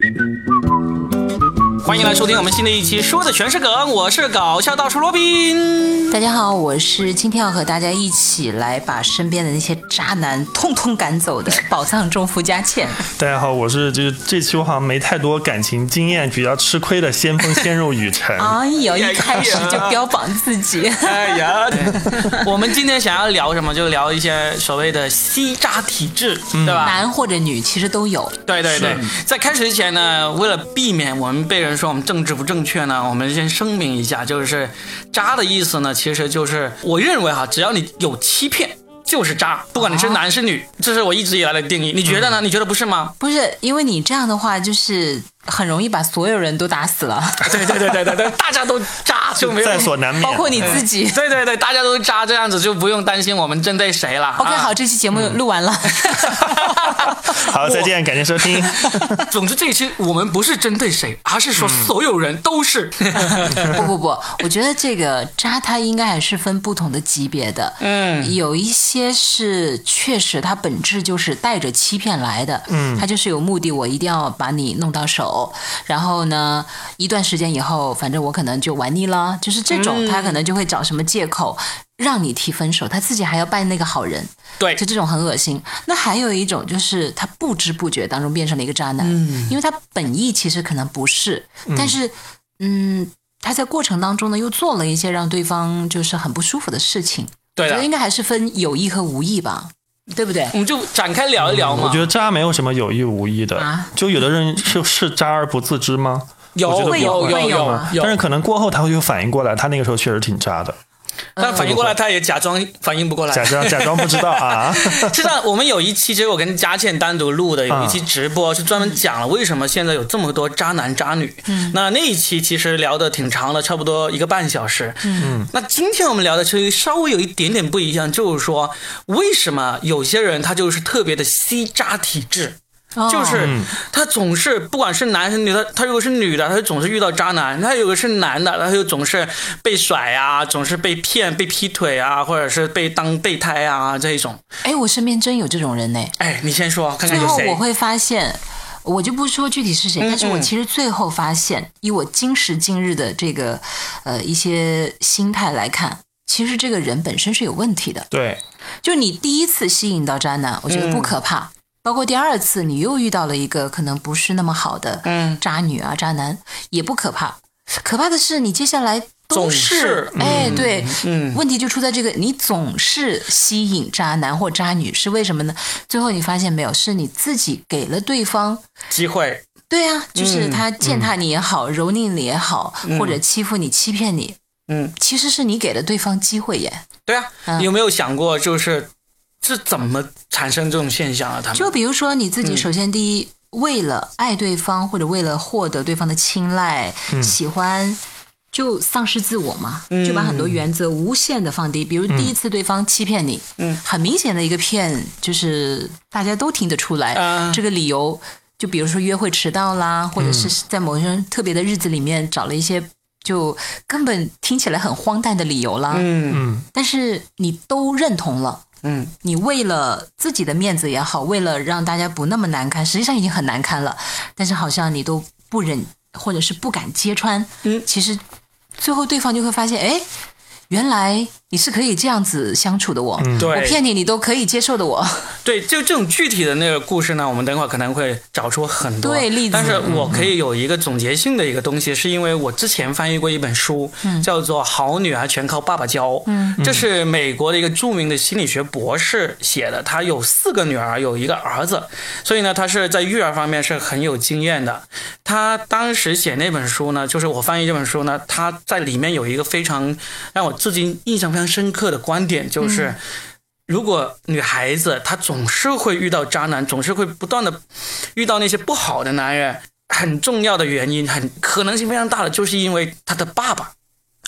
欢迎来收听我们新的一期说的全是梗，我是搞笑大叔罗宾。 大家好，我是今天要和大家一起来把身边的那些渣男通通赶走的宝藏中夫佳倩。 大家好，我是这期我好像没太多感情经验，比较吃亏的先锋鲜肉雨辰。 哎呦，一开始就标榜自己。 哎呀，我们今天想要聊什么，就聊一些所谓的吸渣体质，对吧？ 男或者女其实都有。 对对对，在开始之前呢，为了避免我们被人说我们政治不正确呢，我们先声明一下，就是渣的意思呢，其实就是我认为只要你有欺骗就是渣，不管你是男是女，这是我一直以来的定义。你觉得呢？你觉得不是吗？ 不是，因为你这样的话就是很容易把所有人都打死了。 对，大家都渣就没有， 在所难免， 包括你自己。 对，大家都渣，这样子就不用担心我们针对谁了。 OK， 好，这期节目录完了。 好，再见，感谢收听。 总之这一期我们不是针对谁，而是说所有人都是。 不，我觉得这个渣它应该还是分不同的级别的。有一些是确实它本质就是带着欺骗来的。它就是有目的，我一定要把你弄到手，然后呢一段时间以后反正我可能就玩腻了，就是这种他可能就会找什么借口让你提分手，他自己还要扮那个好人。 对， 就这种很恶心。那还有一种就是他不知不觉当中变成了一个渣男。因为他本意其实可能不是，但是他在过程当中呢又做了一些让对方就是很不舒服的事情。 对的， 我觉得应该还是分有意和无意吧，对不对？ 我们就展开聊一聊嘛。 我觉得渣没有什么有意无意的，就有的人是渣而不自知吗？ 会有， 但是可能过后他会有反应过来，他那个时候确实挺渣的。 但反应过来，他也假装反应不过来， 假装不知道啊。 实际上，我们有一期，其实我跟佳倩单独录的，有一期直播是专门讲了为什么现在有这么多渣男渣女。那一期其实聊得挺长的，差不多1个半小时。那今天我们聊的其实稍微有一点点不一样，就是说为什么有些人他就是特别的吸渣体质。就是他总是不管是男是女，他如果是女的他就总是遇到渣男，他有个是男的他就总是被甩啊，总是被骗被劈腿啊，或者是被当备胎啊这一种。 我身边真有这种人呢。 你先说看看有谁。 最后我会发现，我就不说具体是谁，但是我其实最后发现以我今时今日的这个一些心态来看，其实这个人本身是有问题的。 对， 就你第一次吸引到渣男我觉得不可怕，包括第二次你又遇到了一个可能不是那么好的渣女啊渣男也不可怕，可怕的是你接下来都是对，问题就出在这个你总是吸引渣男或渣女，是为什么呢？最后你发现没有，是你自己给了对方机会。 对啊，就是他践踏你也好，蹂躏你也好，或者欺负你欺骗你，其实是你给了对方机会耶。 对啊，有没有想过就是怎么产生这种现象啊？他们就比如说你自己，首先第一，为了爱对方或者为了获得对方的青睐、喜欢，就丧失自我嘛，就把很多原则无限的放低。比如第一次对方欺骗你，很明显的一个骗，就是大家都听得出来，这个理由，就比如说约会迟到啦，或者是在某些特别的日子里面找了一些就根本听起来很荒诞的理由啦，但是你都认同了。你为了自己的面子也好，为了让大家不那么难堪，实际上已经很难堪了，但是好像你都不忍或者是不敢揭穿，其实最后对方就会发现，原来你是可以这样子相处的我骗你都可以接受的我。 对，就这种具体的那个故事呢，我们等会儿可能会找出很多例子， 但是我可以有一个总结性的一个东西，是因为我之前翻译过一本书，叫做《好女孩全靠爸爸教》，这是美国的一个著名的心理学博士写的，他有4个女儿有1个儿子，所以呢他是在育儿方面是很有经验的。他当时写那本书呢，就是我翻译这本书呢，他在里面有一个非常让我至今印象非常深刻的观点，就是如果女孩子她总是会遇到渣男，总是会不断的遇到那些不好的男人，很重要的原因，可能性非常大的，就是因为她的爸爸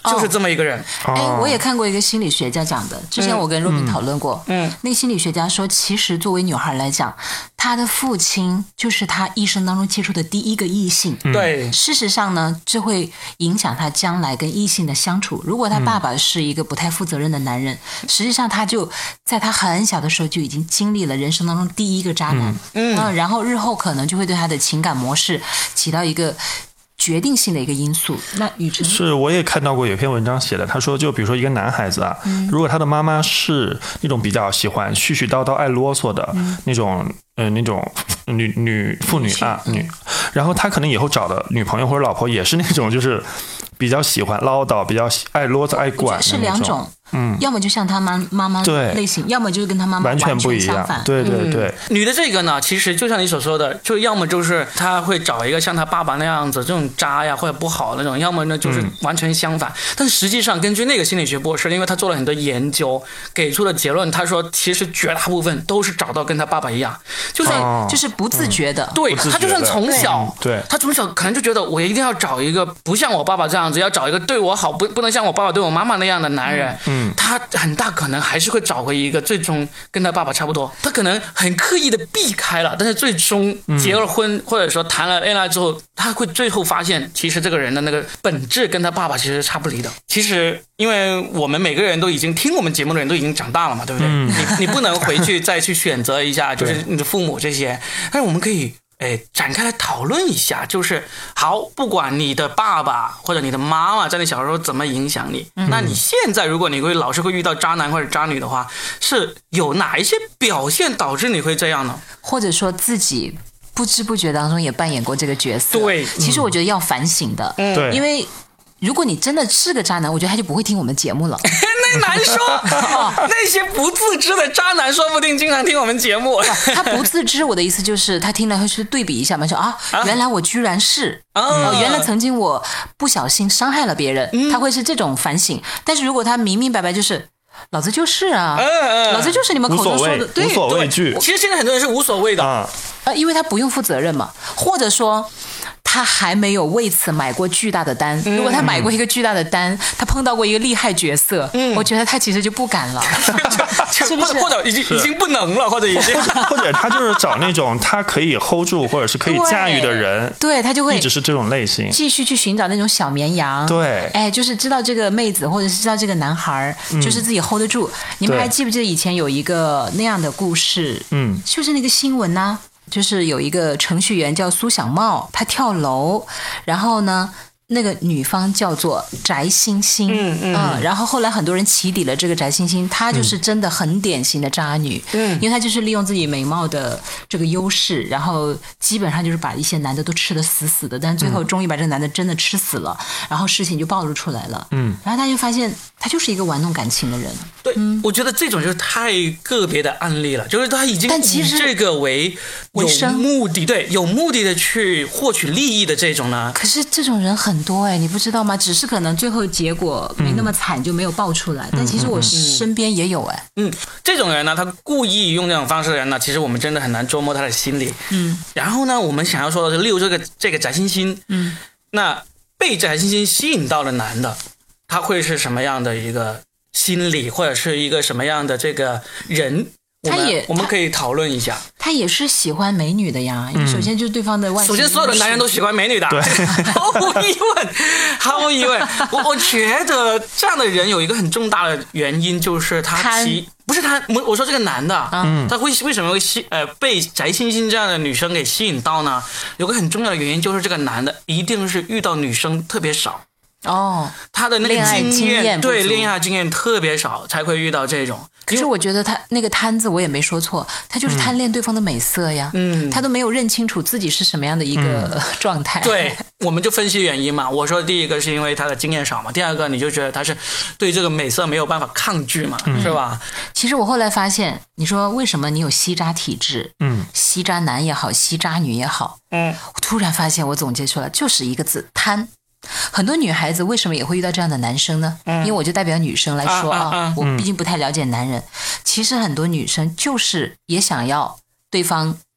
就是这么一个人。 我也看过一个心理学家讲的，之前我跟若冰讨论过。那个心理学家说，其实作为女孩来讲，她的父亲就是她一生当中接触的第一个异性。 对， 事实上呢，这会影响她将来跟异性的相处。如果她爸爸是一个不太负责任的男人，实际上她就在她很小的时候就已经经历了人生当中第一个渣男。然后日后可能就会对她的情感模式起到一个决定性的一个因素。那雨辰是，我也看到过有篇文章写的，他说就比如说一个男孩子啊，如果他的妈妈是那种比较喜欢絮絮叨叨爱啰嗦的那种女妇女啊然后他可能以后找的女朋友或者老婆也是那种就是比较喜欢唠叨，比较爱啰嗦爱管的那种。 是两种。要么就像他妈妈类型，要么就是跟他妈妈完全不一样。对对对。 女的这个呢，其实就像你所说的，就要么就是她会找一个像她爸爸那样子这种渣呀或者不好那种，要么呢就是完全相反。但实际上根据那个心理学博士，因为他做了很多研究，给出的结论，他说其实绝大部分都是找到跟他爸爸一样， 就是不自觉的。 对，他就算从小， 对， 他从小可能就觉得我一定要找一个不像我爸爸这样子，要找一个对我好，不能像我爸爸对我妈妈那样的男人。他很大可能还是会找回一个最终跟他爸爸差不多。他可能很刻意的避开了，但是最终结了婚或者说谈了恋爱之后，他会最后发现，其实这个人的那个本质跟他爸爸其实差不离的。其实，因为我们每个人都已经听我们节目的人都已经长大了嘛，对不对？你不能回去再去选择一下，就是你的父母这些，但是我们可以。展开来讨论一下，就是好，不管你的爸爸或者你的妈妈在你小时候怎么影响你，那你现在如果你老是会遇到渣男或者渣女的话，是有哪一些表现导致你会这样呢？ 或者说自己不知不觉当中也扮演过这个角色？ 对， 其实我觉得要反省的。 对， 因为如果你真的是个渣男，我觉得他就不会听我们节目了。 那难说，那些不自知的渣男说不定经常听我们节目。 他不自知，我的意思就是他听了会去对比一下嘛，说原来我居然是原来曾经我不小心伤害了别人，他会是这种反省。但是如果他明明白白就是老子就是啊，老子就是你们口中说的， 无所畏惧。 其实现在很多人是无所谓的因为他不用负责任嘛，或者说他还没有为此买过巨大的单。如果他买过一个巨大的单，他碰到过一个厉害角色，我觉得他其实就不敢了，是不是？ 或者已经不能了，或者已经， 或者他就是找那种他可以 hold 住或者是可以驾驭的人， 对，他就会一直是这种类型， 继续去寻找那种小绵羊。 对， 就是知道这个妹子或者是知道这个男孩，就是自己 hold 得住。你们还记不记得以前有一个那样的故事？就是那个新闻呢？就是有一个程序员叫苏小茂，他跳楼，然后呢，那个女方叫做翟欣欣，然后后来很多人起底了这个翟欣欣，她就是真的很典型的渣女，因为她就是利用自己美貌的这个优势，然后基本上就是把一些男的都吃得死死的，但是最后终于把这个男的真的吃死了，然后事情就暴露出来了，然后他就发现他就是一个玩弄感情的人。 对，我觉得这种就是太个别的案例了，就是他已经以这个为有目的，对，有目的的去获取利益的这种呢。 可是这种人很多你不知道吗？只是可能最后结果没那么惨，就没有爆出来。但其实我身边也有这种人呢，他故意用这种方式的人呢，其实我们真的很难捉摸他的心理。然后呢，我们想要说的是，例如这个翟欣欣，那被翟欣欣吸引到的男的，他会是什么样的一个心理，或者是一个什么样的这个人？我们可以讨论一下。 他也是喜欢美女的呀，因为首先就是对方的外形。 首先，所有的男人都喜欢美女的，毫无疑问。我觉得这样的人有一个很重大的原因，就是他不是他，我说这个男的，他为什么会被翟欣欣这样的女生给吸引到呢？有个很重要的原因，就是这个男的一定是遇到女生特别少。他的那个经验，对，恋爱经验特别少，才会遇到这种。 可是我觉得他那个贪字我也没说错，他就是贪恋对方的美色呀，他都没有认清楚自己是什么样的一个状态。 对，我们就分析原因嘛。我说第一个是因为他的经验少嘛，第二个你就觉得他是对这个美色没有办法抗拒嘛，是吧？ 其实我后来发现，你说为什么你有吸渣体质，吸渣男也好，吸渣女也好，我突然发现我总结出来就是一个字：贪。很多女孩子为什么也会遇到这样的男生呢？因为我就代表女生来说我毕竟不太了解男人。其实很多女生就是也想要对方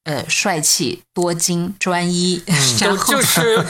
帅气、多金、专一， 就是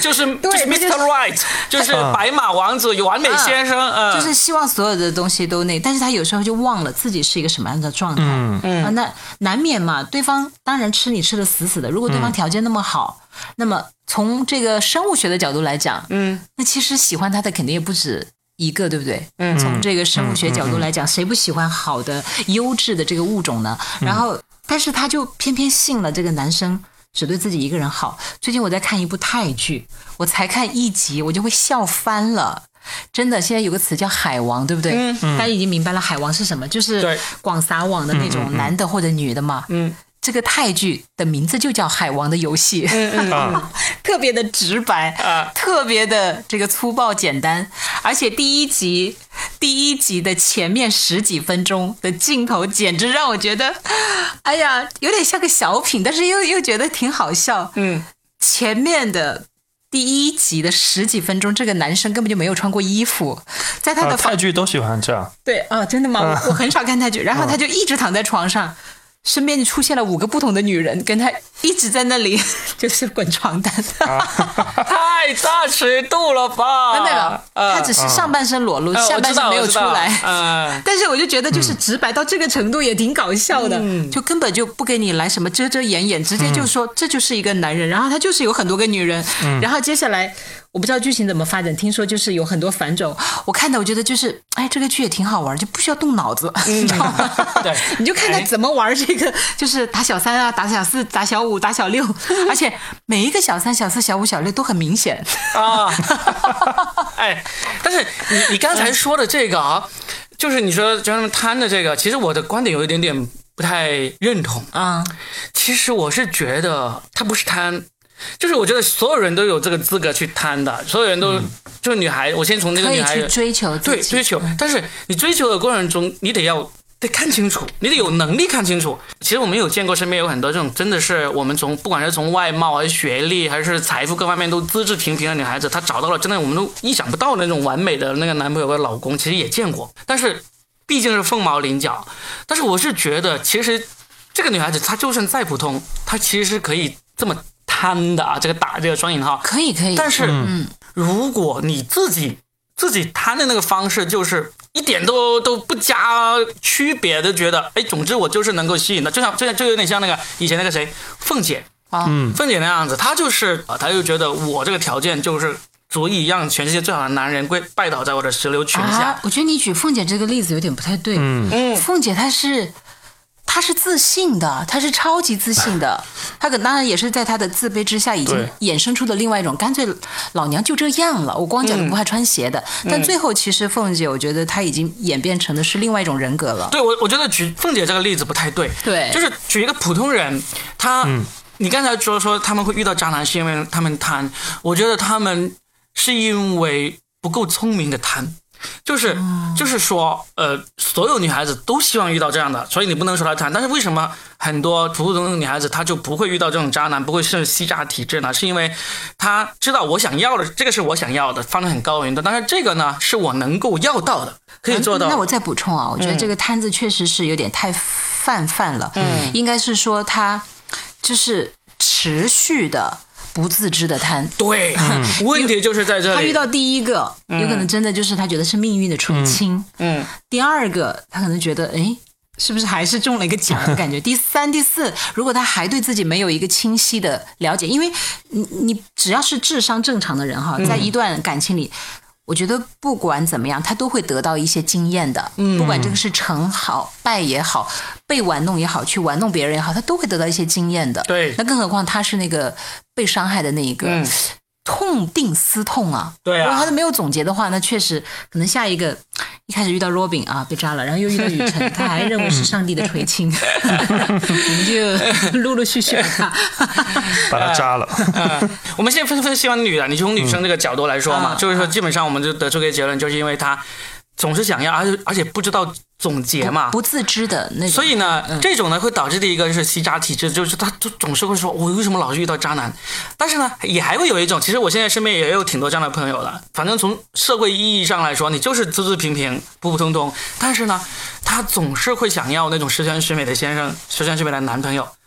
Mr. Right， 就是白马王子、完美先生， 就是希望所有的东西都但是他有时候就忘了自己是一个什么样的状态，那难免嘛。对方当然吃你吃的死死的，如果对方条件那么好，那么从这个生物学的角度来讲，那其实喜欢他的肯定也不止一个，对不对？从这个生物学角度来讲，谁不喜欢好的、优质的这个物种呢？然后，但是他就偏偏信了这个男生只对自己一个人好。最近我在看一部泰剧，我才看1集，我就会笑翻了。真的，现在有个词叫海王，对不对？大家已经明白了海王是什么，就是广撒网的那种男的或者女的嘛。这个泰剧的名字就叫《海王的游戏》，特别的直白，特别的这个粗暴简单，而且第一集的前面10几分钟的镜头，简直让我觉得，哎呀，有点像个小品，但是又觉得挺好笑。前面的第1集的10几分钟，这个男生根本就没有穿过衣服，在他的泰剧都喜欢这样。 对真的吗？我很少看泰剧，然后他就一直躺在床上。身边就出现了5个不同的女人，跟他一直在那里就是滚床单， 太大尺度了吧？ 没有，他只是上半身裸露，下半身没有出来。但是我就觉得就是直白到这个程度也挺搞笑的，就根本就不给你来什么遮遮掩掩，直接就说这就是一个男人，然后他就是有很多个女人，然后接下来。我不知道剧情怎么发展，听说就是有很多反转。我看的我觉得就是，这个剧也挺好玩，就不需要动脑子，你知道吗？ 对， 你就看他怎么玩这个，就是打小3啊，打小4，打小5，打小6，而且每一个小3、小4、小5、小6都很明显啊。但是你刚才说的这个啊，就是你说叫他们贪的这个，其实我的观点有一点点不太认同啊。其实我是觉得他不是贪。就是我觉得所有人都有这个资格去贪的，所有人都就是女孩，我先从这个女孩可以去追求自己， 对，追求，但是你追求的过程中，你得看清楚，你得有能力看清楚。其实我们有见过身边有很多这种真的是我们不管是从外貌还是学历还是财富各方面都资质平平的女孩子，她找到了真的我们都意想不到的那种完美的那个男朋友和老公，其实也见过，但是毕竟是凤毛麟角。但是我是觉得其实这个女孩子她就算再普通，她其实是可以这么贪的啊，这个打这个双引号， 可以。 但是，如果你自己贪的那个方式，就是一点都不加区别的，觉得总之我就是能够吸引的，就有点像那个以前那个谁，凤姐啊，凤姐那样子，她就觉得我这个条件就是足以让全世界最好的男人拜倒在我的石榴裙下。 我觉得你举凤姐这个例子有点不太对。凤姐她是自信的，她是超级自信的，她当然也是在她的自卑之下，已经衍生出的另外一种，干脆老娘就这样了，我光脚不怕穿鞋的。但最后其实凤姐，我觉得她已经演变成的是另外一种人格了。 对，我觉得举凤姐这个例子不太对。 对， 就是举一个普通人，你刚才说他们会遇到渣男是因为他们贪，我觉得他们是因为不够聪明的贪。就是说，所有女孩子都希望遇到这样的，所以你不能说她贪。但是为什么很多普通的女孩子她就不会遇到这种渣男，不会是吸渣体质呢？是因为她知道我想要的，这个是我想要的，放得很高云的。但是这个呢，是我能够要到的，可以做到。 那我再补充啊，我觉得这个贪字确实是有点太泛了。应该是说他就是持续的。不自知的贪， 对，问题就是在这里。 他遇到第一个，有可能真的就是他觉得是命运的垂青。第二个，他可能觉得，是不是还是中了一个奖的感觉？第3、第4，如果他还对自己没有一个清晰的了解，因为你只要是智商正常的人哈，在一段感情里。我觉得不管怎么样，他都会得到一些经验的。不管这个是成好败也好，被玩弄也好，去玩弄别人也好，他都会得到一些经验的。 对， 那更何况他是那个被伤害的那一个，痛定思痛啊。 对啊， 如果他都没有总结的话，那确实可能下一个一开始遇到 Robin 啊被扎了，然后又遇到雨辰，他还认为是上帝的垂青，我们就陆陆续续把他扎了。 我们现在分析完女的，你从女生这个角度来说嘛，就是说基本上我们就得出一个结论，就是因为她总是想要，而且不知道总结嘛， 不自知的那种。 所以呢，这种呢会导致的一个是吸渣体质，就是他总是会说，我为什么老是遇到渣男？但是呢，也还会有一种，其实我现在身边也有挺多这样的朋友的。反正从社会意义上来说，你就是资质平平、普普通通，但是呢，他总是会想要那种十全十美的先生、十全十美的男朋友。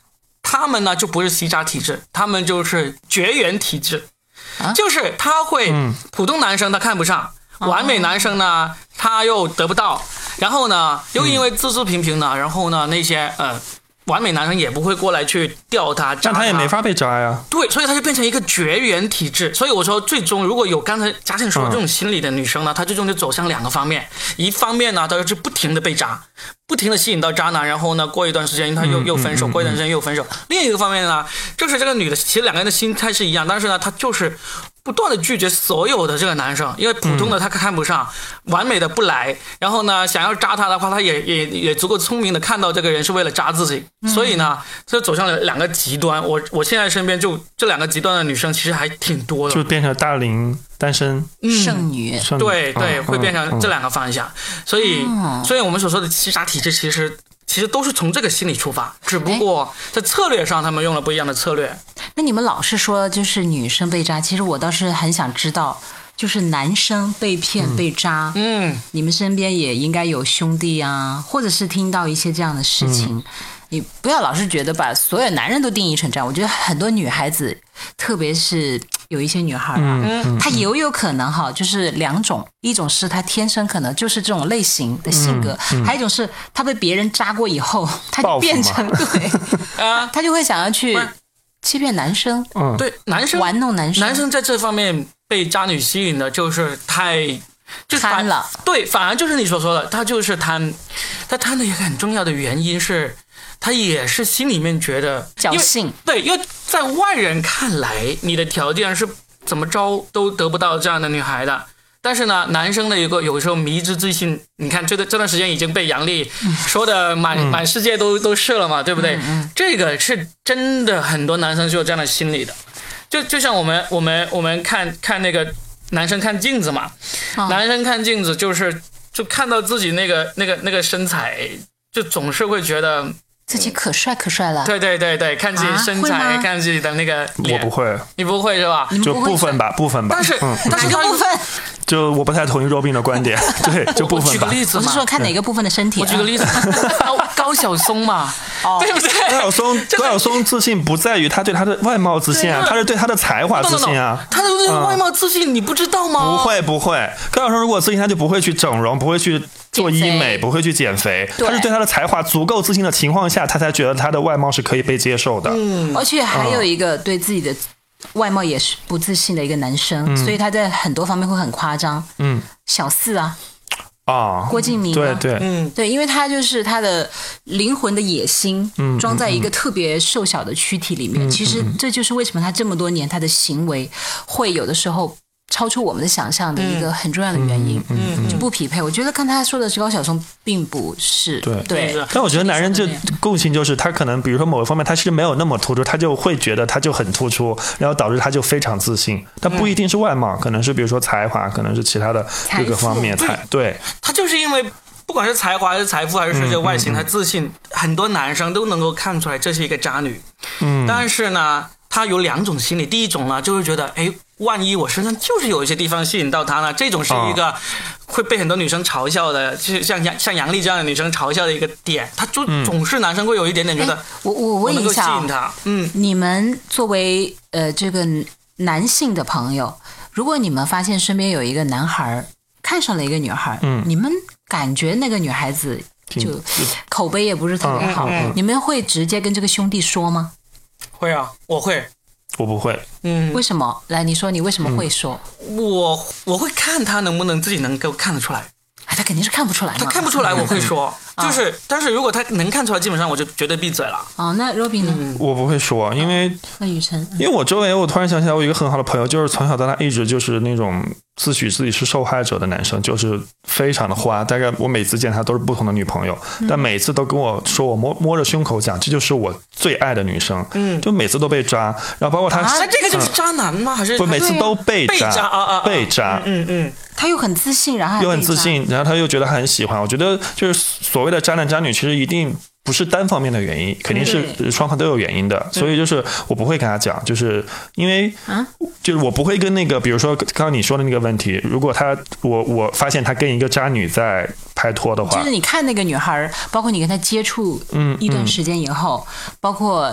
他们呢就不是吸渣体质，他们就是绝缘体质，就是他会普通男生他看不上，完美男生呢他又得不到，然后呢又因为自制平平呢，然后呢那些完美男生也不会过来去钓他， 但他也没法被渣呀。 对，所以他就变成一个绝缘体质。所以我说，最终如果有刚才嘉倩说的这种心理的女生呢，她最终就走向两个方面。一方面呢，她就是不停的被渣，不停的吸引到渣男，然后呢，过一段时间她又分手，过一段时间又分手。另一个方面呢，就是这个女的其实两个人的心态是一样，但是呢，她就是不断的拒绝所有的这个男生，因为普通的他看不上，完美的不来，然后呢，想要渣他的话，他也足够聪明的看到这个人是为了渣自己，所以呢，这走向了两个极端。我现在身边就这两个极端的女生其实还挺多的， 就变成大龄单身剩女， 对对，会变成这两个方向。所以我们所说的吸渣体质其实都是从这个心理出发，只不过在策略上他们用了不一样的策略。 那你们老是说就是女生被渣，其实我倒是很想知道，就是男生被骗被渣，你们身边也应该有兄弟啊，或者是听到一些这样的事情。你不要老是觉得把所有男人都定义成这样，我觉得很多女孩子，特别是有一些女孩她有可能就是两种，一种是她天生可能就是这种类型的性格，还有一种是她被别人渣过以后，她就变成对她就会想要去欺骗男生， 对，男生玩弄男生， 男生在这方面被渣女吸引的就是太贪了， 对，反而就是你所说的，他就是贪，他贪的一个很重要的原因是。他也是心里面觉得侥幸， 对，因为在外人看来，你的条件是怎么着都得不到这样的女孩的。但是呢，男生的一个有时候迷之自信，你看这段时间已经被杨笠说的满世界都是了嘛，对不对？这个是真的，很多男生就有这样的心理的。就像我们看那个男生看镜子嘛，男生看镜子就看到自己那个身材，就总是会觉得。 自己可帅可帅了， 对，看自己身材，看自己的那个脸。 我不会， 你不会是吧？ 就部分吧。但是哪个部分？ 就我不太同意Robin的观点，对，就部分吧。 我举个例子嘛， 我是说看哪个部分的身体。 我举个例子，高晓松嘛，对不对？ 高晓松自信不在于他对他的外貌自信啊，他是对他的才华自信啊。 他对外貌自信，你不知道吗？ 不会。高晓松如果自信，他就不会去整容，不会去做医美，不会去减肥。他是对他的才华足够自信的情况下，他才觉得他的外貌是可以被接受的。 而且还有一个对自己的外貌也是不自信的一个男生，所以他在很多方面会很夸张。小四郭敬明，对，因为他就是他的灵魂的野心装在一个特别瘦小的躯体里面。其实这就是为什么他这么多年他的行为会有的时候超出我们的想象的一个很重要的原因，就不匹配。我觉得看他说的是高晓松，并不是对。 但我觉得男人就共性就是他可能比如说某个方面他其实没有那么突出，他就会觉得他就很突出，然后导致他就非常自信。但不一定是外貌，可能是比如说才华，可能是其他的各个方面。对， 他就是因为不管是才华还是财富还是这个外形，他自信，很多男生都能够看出来这是一个渣女。但是呢，他有两种心理，第一种呢就是觉得，万一我身上就是有一些地方吸引到他呢，这种是一个会被很多女生嘲笑的，就是像杨笠这样的女生嘲笑的一个点，他就总是男生会有一点点觉得， 我问一下， 吸引他， 你们作为这个男性的朋友，如果你们发现身边有一个男孩看上了一个女孩，你们感觉那个女孩子就口碑也不是特别好，你们会直接跟这个兄弟说吗？ 会啊，我会。 我不会。 为什么？来，你说你为什么会说？ 我会看他能不能自己能够看得出来。 他肯定是看不出来嘛。 他看不出来，我会说。但是如果他能看出来，基本上我就绝对闭嘴了。 那 Robin 呢？ 我不会说，因为那雨辰， 因为我周围，我突然想起来，我有一个很好的朋友，就是从小到大一直就是那种自诩自己是受害者的男生，就是非常的花。大概我每次见他都是不同的女朋友，但每次都跟我说，我摸着胸口讲，这就是我最爱的女生。就每次都被渣，然后包括他， 这个就是渣男吗？还是不？每次都被渣，被渣。 他又很自信，然后又很自信，然后他又觉得他很喜欢。我觉得就是所谓的渣男渣女，其实一定不是单方面的原因，肯定是双方都有原因的。所以就是我不会跟他讲，就是因为就是我不会跟那个，比如说刚刚你说的那个问题，如果我发现他跟一个渣女在拍拖的话， 就是你看那个女孩，包括你跟她接触一段时间以后，包括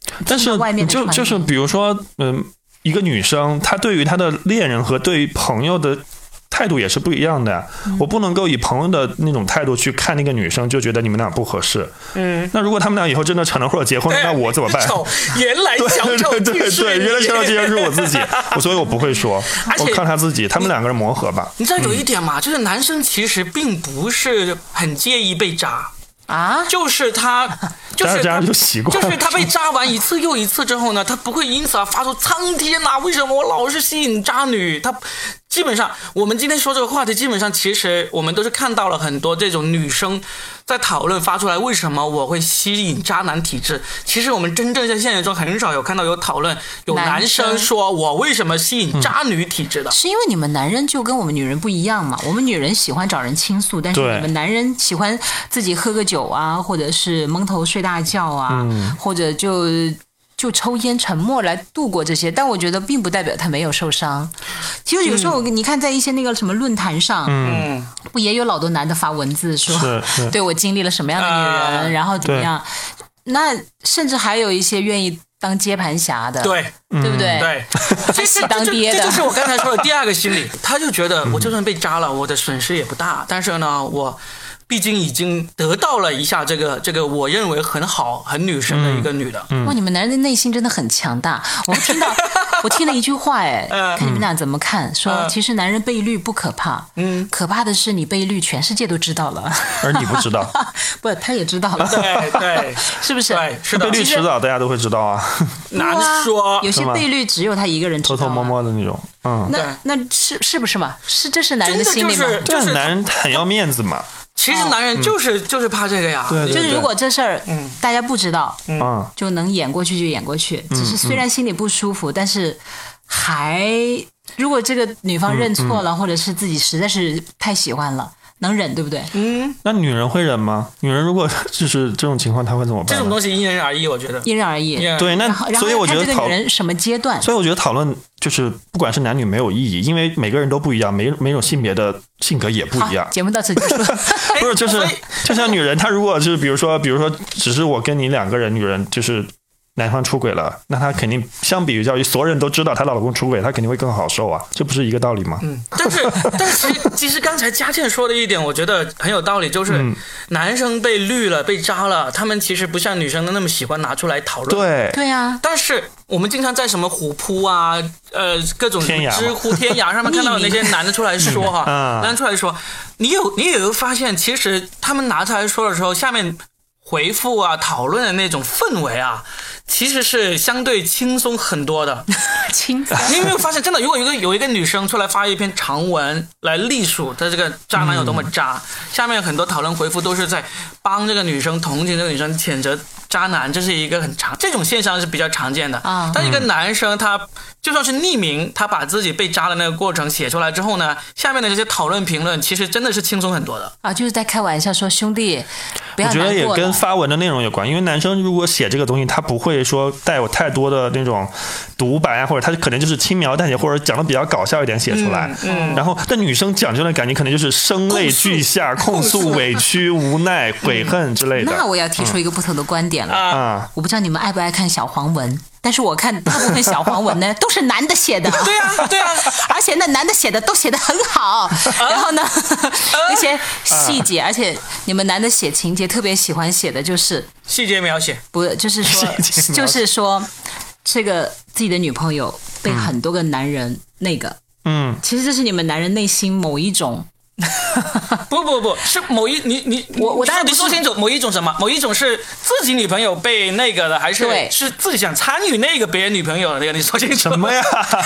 但是外面的就是比如说，一个女生她对于她的恋人和对于朋友的态度也是不一样的。我不能够以朋友的那种态度去看那个女生，就觉得你们俩不合适。那如果他们俩以后真的成了或者结婚了，那我怎么办？ 原来小丑竟是对，原来小丑竟然是我自己，所以我不会说，我看他自己，他们两个人磨合吧。 你知道有一点嘛，就是男生其实并不是很介意被渣。就是他就习惯了， 就是他被渣完一次又一次之后呢，他不会因此而发出苍天啊，为什么我老是吸引渣女？他基本上，我们今天说这个话题，基本上其实我们都是看到了很多这种女生在讨论发出来，为什么我会吸引渣男体质？其实我们真正在现实中很少有看到有讨论，有男生说我为什么吸引渣女体质的？ 是因为你们男人就跟我们女人不一样嘛，我们女人喜欢找人倾诉，但是你们男人喜欢自己喝个酒啊，或者是蒙头睡大觉啊，或者就抽烟沉默来度过这些，但我觉得并不代表他没有受伤。其实有时候你看在一些那个什么论坛上，不也有老多男的发文字说，对我经历了什么样的女人，然后怎么样？那甚至还有一些愿意当接盘侠的， 对不对？ 对， 当爹的， 这就是我刚才说的第二个心理，他就觉得我就算被渣了，我的损失也不大，但是呢，我毕竟已经得到了一下这个我认为很好很女神的一个女的。 哇，你们男人的内心真的很强大。我听了一句话，看你们俩怎么看？说其实男人被绿不可怕，可怕的是你被绿，全世界都知道了， 而你不知道。 不，他也知道了。 对， 是不是？ 对，是的。 被绿迟早大家都会知道啊。 难说， 有些被绿只有他一个人知道， 偷偷摸摸的那种。 那是不是嘛？这是男人的心理吗？ 就是男人很要面子嘛。 其实男人就是怕这个呀， 就是如果这事儿大家不知道，就能演过去就演过去，只是虽然心里不舒服，但是如果这个女方认错了，或者是自己实在是太喜欢了，能忍，对不对？ 那女人会忍吗？女人如果就是这种情况，她会怎么办？ 这种东西因人而异，我觉得因人而异。 对，那所以我觉得这个女人什么阶段？ 所以我觉得讨论就是不管是男女没有意义，因为每个人都不一样，每种性别的性格也不一样。 节目到此结束。 不是，就像女人，她如果是比如说，只是我跟你两个人，女人就是男方出轨了，那她肯定相比于较于所有人都知道她老公出轨，她肯定会更好受啊，这不是一个道理吗？ 但是其实刚才佳倩说的一点，我觉得很有道理，就是男生被绿了、被渣了，他们其实不像女生的那么喜欢拿出来讨论。 对啊。 但是我们经常在什么虎扑啊、各种知乎、天涯上面看到那些男的出来说男的出来说，你也会发现，其实他们拿出来说的时候，下面回复啊、讨论的那种氛围啊，其实是相对轻松很多的。 轻松。 你有没有发现，真的，如果有一个女生出来发一篇长文来历数她这个渣男有多么渣，下面很多讨论回复都是在帮这个女生同情这个女生，谴责渣男，这是一个这种现象是比较常见的。但一个男生他就算是匿名，他把自己被渣的那个过程写出来之后呢，下面的这些讨论评论其实真的是轻松很多的就是在开玩笑说兄弟不要难过了。 我觉得也跟发文的内容有关，因为男生如果写这个东西，他不会说带有太多的那种独白啊，或者他可能就是轻描淡写，或者讲的比较搞笑一点写出来。然后但女生讲这种感觉可能就是声泪俱下，控诉委屈、无奈、悔恨之类的。 那我要提出一个不同的观点了。我不知道你们爱不爱看小黄文，但是我看大部分小黄文呢都是男的写的。 对啊， 而且那男的写的都写得很好。然后呢，那些细节，而且你们男的写情节特别喜欢写的就是细节描写， 不就是说这个自己的女朋友被很多个男人那个，其实这是你们男人内心某一种。 不是某一我当然你说清楚某一种什么？某一种是自己女朋友被那个的，还是自己想参与那个别人女朋友的那个？你说清楚什么呀？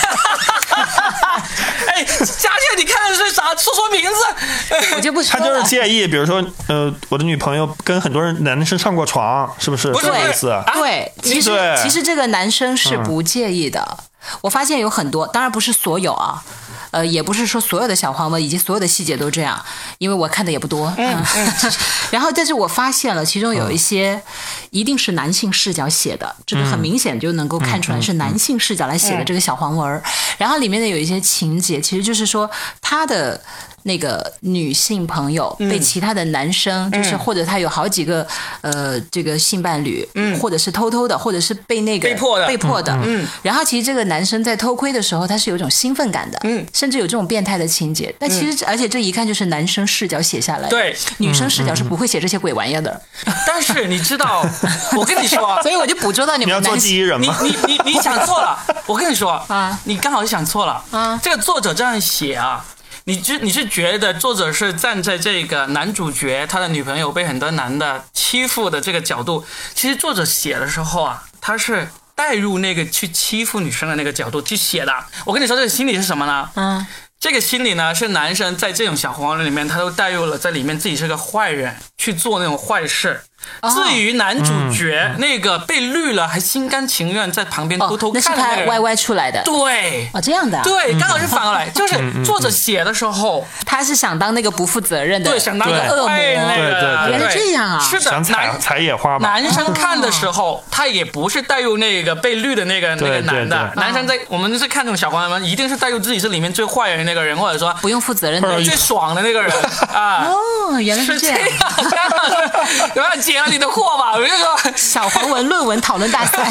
哎，佳倩，你看的是啥？说名字。 我就不说了。 他就是介意，比如说，我的女朋友跟很多男生上过床，是不是？ 不是这意思。 对，其实这个男生是不介意的。我发现有很多，当然不是所有啊。也不是说所有的小黄文以及所有的细节都这样，因为我看的也不多。然后，但是我发现了，其中有一些一定是男性视角写的，这个很明显就能够看出来是男性视角来写的这个小黄文。然后里面的有一些情节，其实就是说他的那个女性朋友被其他的男生，就是或者他有好几个这个性伴侣，或者是偷偷的，或者是被那个被迫的，然后其实这个男生在偷窥的时候，他是有一种兴奋感的，甚至有这种变态的情节。但其实而且这一看就是男生视角写下来的， 对， 女生视角是不会写这些鬼玩意儿的。 但是你知道，我跟你说， 所以我就捕捉到你们要做第一人吗？ 你想错了，我跟你说啊，你刚好想错了啊。这个作者这样写啊。你是觉得作者是站在这个男主角他的女朋友被很多男的欺负的这个角度，其实作者写的时候啊，他是带入那个去欺负女生的那个角度去写的。我跟你说这个心理是什么呢？这个心理呢是男生在这种小黄人里面，他都带入了在里面自己是个坏人去做那种坏事。至于男主角那个被绿了还心甘情愿在旁边偷偷看的那是他歪歪出来的。 对， 这样的， 对，刚好是反过来，就是作者写的时候， 他是想当那个不负责任的， 对，想当个恶魔， 对， 原来这样啊， 是的， 想采野花嘛。 男生看的时候，他也不是带入那个被绿的那个男的，男生在我们是看这种小黄人，一定是带入自己是里面最坏的那个人，或者说不用负责任的最爽的那个人啊。 原来是这样， 有没有解了你的惑吧？我就说小黄文论文讨论大赛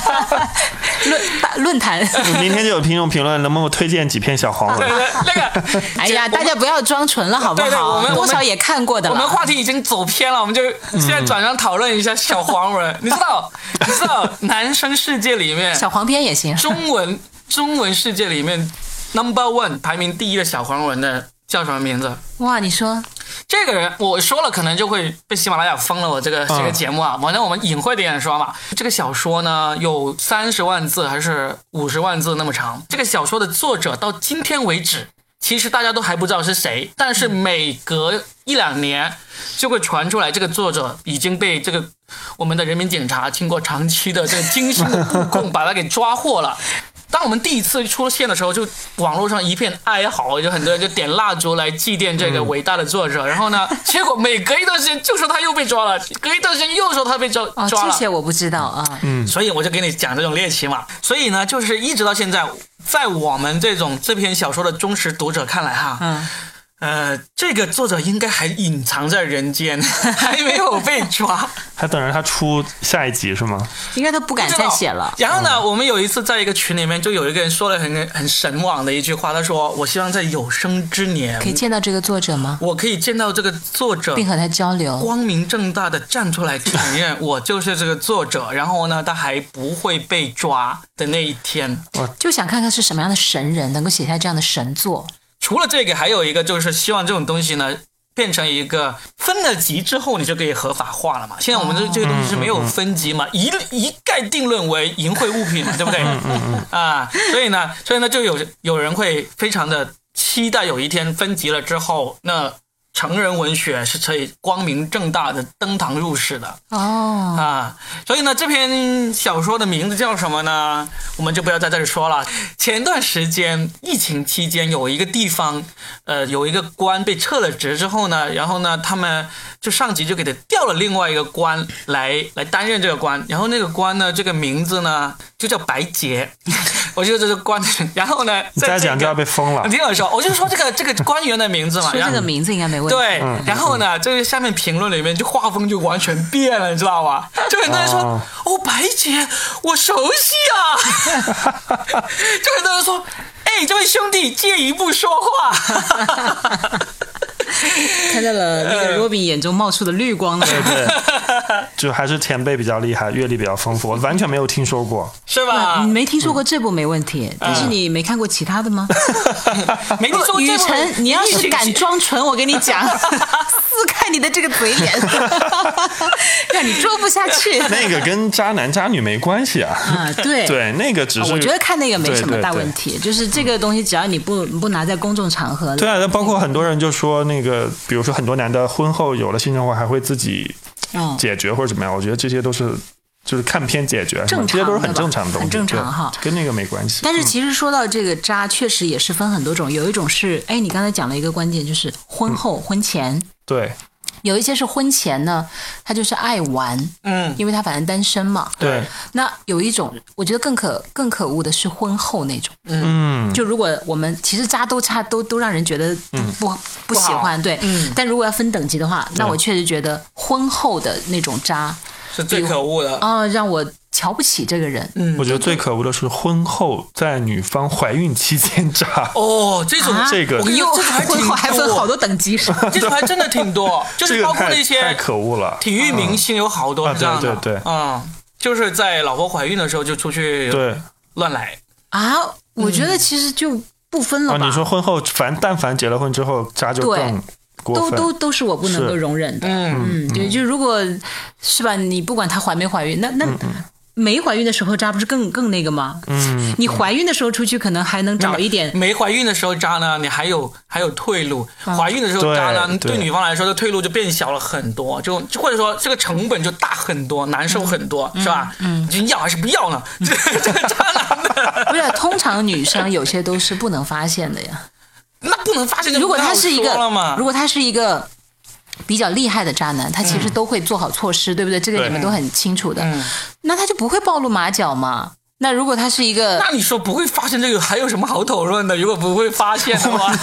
论坛， 明天就有听众评论，能不能推荐几篇小黄文？ 那个， 哎呀，大家不要装纯了好不好？ 对，我们多少也看过的了。 我们话题已经走偏了，我们就现在转向讨论一下小黄文。你知道男生世界里面小黄片也行， 中文世界里面 No.1 排名第一的小黄文的叫什么名字？ 哇，你说这个人我说了可能就会被喜马拉雅封了我这个节目啊。反正我们隐晦点说嘛，这个小说呢有30万字还是50万字那么长。这个小说的作者到今天为止其实大家都还不知道是谁，但是每隔1-2年就会传出来这个作者已经被这个我们的人民警察经过长期的这个精心的布控把他给抓获了。当我们第一次出现的时候，就网络上一片哀嚎，就很多人就点蜡烛来祭奠这个伟大的作者。然后呢，结果每隔一段时间就说他又被抓了，隔一段时间又说他被抓了。 这些我不知道啊。 所以我就给你讲这种猎奇嘛。所以呢，就是一直到现在，在我们这篇小说的忠实读者看来哈。这个作者应该还隐藏在人间，还没有被抓， 还等着他出下一集是吗？ 应该都不敢再写了。 然后呢，我们有一次在一个群里面，就有一个人说了很神往的一句话，他说：“我希望在有生之年可以见到这个作者吗？ 我可以见到这个作者， 并和他交流， 光明正大的站出来承认我就是这个作者，然后呢，他还不会被抓的那一天。” 就想看看是什么样的神人能够写下这样的神作。 除了这个，还有一个就是希望这种东西呢变成一个分了级之后你就可以合法化了嘛。现在我们这个东西是没有分级嘛，一概定论为淫秽物品嘛，对不对？所以呢就有人会非常的期待有一天分级了之后，那成人文学是可以光明正大的登堂入室的所以呢，这篇小说的名字叫什么呢？我们就不要在这里说了。前段时间疫情期间，有一个地方，有一个官被撤了职之后呢，然后呢，他们就上级就给他调了另外一个官来担任这个官，然后那个官呢，这个名字呢就叫白洁。我觉得这个官，然后呢， 你再讲就要被封了。 你听我说，我就说这个官员的名字嘛， 说这个名字应该没问题。 对，然后呢，这个下面评论里面就画风就完全变了，你知道吗？就很多人说，白洁，我熟悉啊。就很多人说，这位兄弟，借一步说话。 看到了那个 Robin 眼中冒出的绿光了。 对，就还是前辈比较厉害，阅历比较丰富，我完全没有听说过， 是吧？ 你没听说过这部没问题，但是你没看过其他的吗？ 没听说过。 雨辰，你要是敢装纯，我跟你讲，撕开你的这个嘴脸，让你装不下去。 那个跟渣男渣女没关系啊。对，那个只是我觉得看那个没什么大问题，就是这个东西只要你不拿在公众场合。 对啊，包括很多人就说那个，比如说很多男的婚后有了性生活还会自己解决或者怎么样，我觉得这些都是就是看片解决，这些都是很正常的东西， 很正常哈， 跟那个没关系。 但是其实说到这个渣，确实也是分很多种，有一种是你刚才讲了一个关键，就是婚后婚前。 对。 有一些是婚前呢，他就是爱玩，因为他反正单身嘛。 对。 那有一种，我觉得更可恶的是婚后那种， 就如果我们其实渣都让人觉得不喜欢，对。但如果要分等级的话，那我确实觉得婚后的那种渣是最可恶的让我瞧不起这个人。 我觉得最可恶的是婚后在女方怀孕期间渣。 这个婚后还分好多等级， 这种还真的挺多，就是包括那些太可恶了。 体育明星有好多这样的， 对， 就是在老婆怀孕的时候就出去乱来我觉得其实就不分了吧。 你说婚后但凡结了婚之后渣就更过分， 都是我不能够容忍的。对，就如果是吧，你不管她怀没怀孕，那没怀孕的时候渣不是更那个吗？你怀孕的时候出去可能还能找一点。 没怀孕的时候渣呢，你还有退路；怀孕的时候渣呢，对女方来说的退路就变小了很多，就或者说这个成本就大很多，难受很多，是吧？你要还是不要呢？这个渣男的不是，通常女生有些都是不能发现的呀。 那不能发现就如果他是一个比较厉害的渣男，他其实都会做好措施，对不对？这个你们都很清楚的。那他就不会暴露马脚嘛。那如果他是一个， 那你说不会发现这个还有什么好讨论的？如果不会发现的话，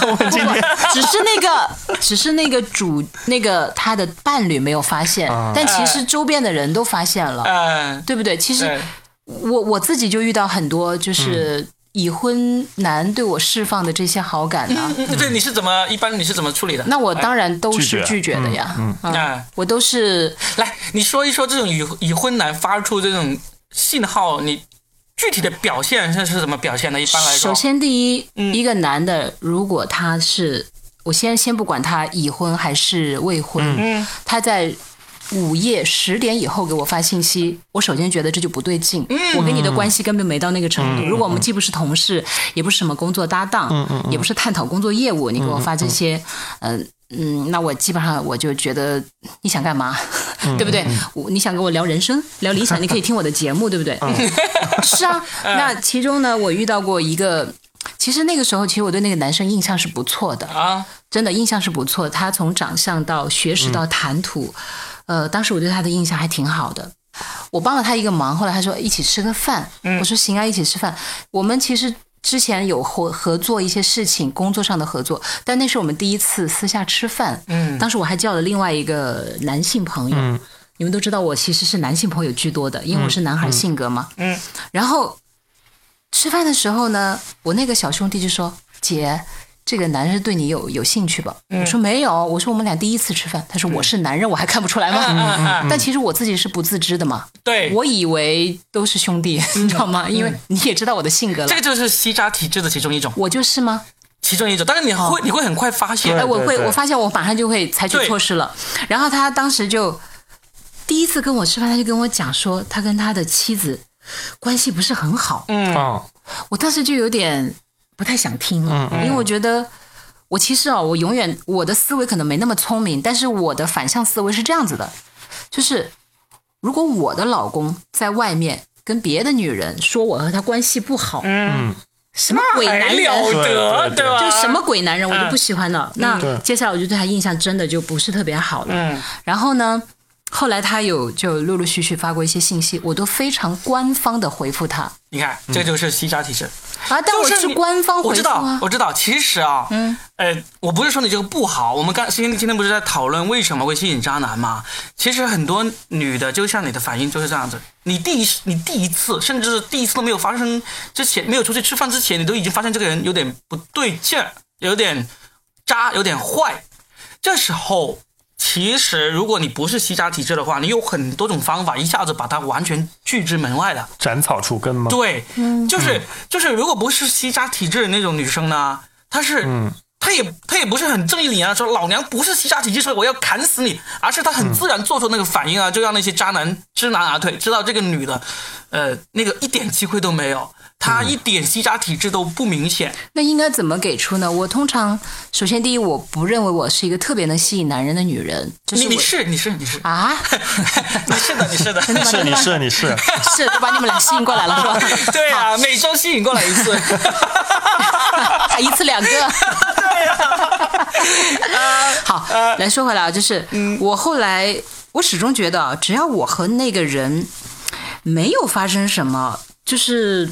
只是那个他的伴侣没有发现，但其实周边的人都发现了，对不对？其实我自己就遇到很多就是已婚男对我释放的这些好感啊。 对，一般你是怎么处理的？ 那我当然都是拒绝的呀。我都是来，你说一说这种已婚男发出这种信号，你具体的表现是怎么表现的？一般来说， 首先第一，一个男的如果他是，我先不管他已婚还是未婚，他在午夜10点以后给我发信息，我首先觉得这就不对劲。我跟你的关系根本没到那个程度。如果我们既不是同事，也不是什么工作搭档，也不是探讨工作业务，你给我发这些，那我基本上我就觉得你想干嘛，对不对？你想跟我聊人生、聊理想，你可以听我的节目，对不对？是啊。那其中呢，我遇到过一个。其实那个时候，其实我对那个男生印象是不错的真的印象是不错。他从长相到学识到谈吐，当时我对他的印象还挺好的。我帮了他一个忙，后来他说一起吃个饭，我说行啊，一起吃饭。我们其实之前有合作一些事情，工作上的合作，但那是我们第一次私下吃饭。当时我还叫了另外一个男性朋友。你们都知道我其实是男性朋友居多的，因为我是男孩性格嘛。然后吃饭的时候呢，我那个小兄弟就说：“姐，这个男人对你有兴趣吧？”我说没有，我说我们俩第一次吃饭。他说我是男人，我还看不出来吗？但其实我自己是不自知的嘛。 对， 我以为都是兄弟，你知道吗？因为你也知道我的性格了。 这个就是吸渣体质的其中一种。 我就是吗？ 其中一种，但是你会很快发现。 我发现我马上就会采取措施了。然后他当时就第一次跟我吃饭，他就跟我讲说，他跟他的妻子关系不是很好。我当时就有点不太想听了，因为我觉得我其实我永远我的思维可能没那么聪明，但是我的反向思维是这样子的，就是如果我的老公在外面跟别的女人说我和他关系不好，什么鬼男人， 对吧？ 就什么鬼男人，我就不喜欢了。那接下来我就对他印象真的就不是特别好了。然后呢，后来他就陆陆续续发过一些信息，我都非常官方的回复他。 你看，这就是吸渣体质但我是官方回复我知道。其实我不是说你这个不好。我们今天不是在讨论为什么会吸引渣男吗？其实很多女的，就像你的反应就是这样子。你第一次，甚至是第一次都没有发生之前，没有出去吃饭之前，你都已经发现这个人有点不对劲儿，有点渣，有点坏。这时候，其实如果你不是吸渣体质的话，你有很多种方法一下子把它完全拒之门外的。 斩草除根吗？ 对，就是如果不是吸渣体质的那种女生呢，她也不是很正义凛然说老娘不是吸渣体质，所以我要砍死你，而是她很自然做出那个反应就让那些渣男知难而退，知道这个女的那个一点机会都没有，她一点吸渣体质都不明显。 那应该怎么给出呢？我通常首先第一，我不认为我是一个特别能吸引男人的女人。 你是啊？ 你是的， 你是是都把你们俩吸引过来了是吧？ 对啊，每周吸引过来一次， 还一次2个。 对啊。 好，来说回来就是我后来我始终觉得只要我和那个人没有发生什么，就是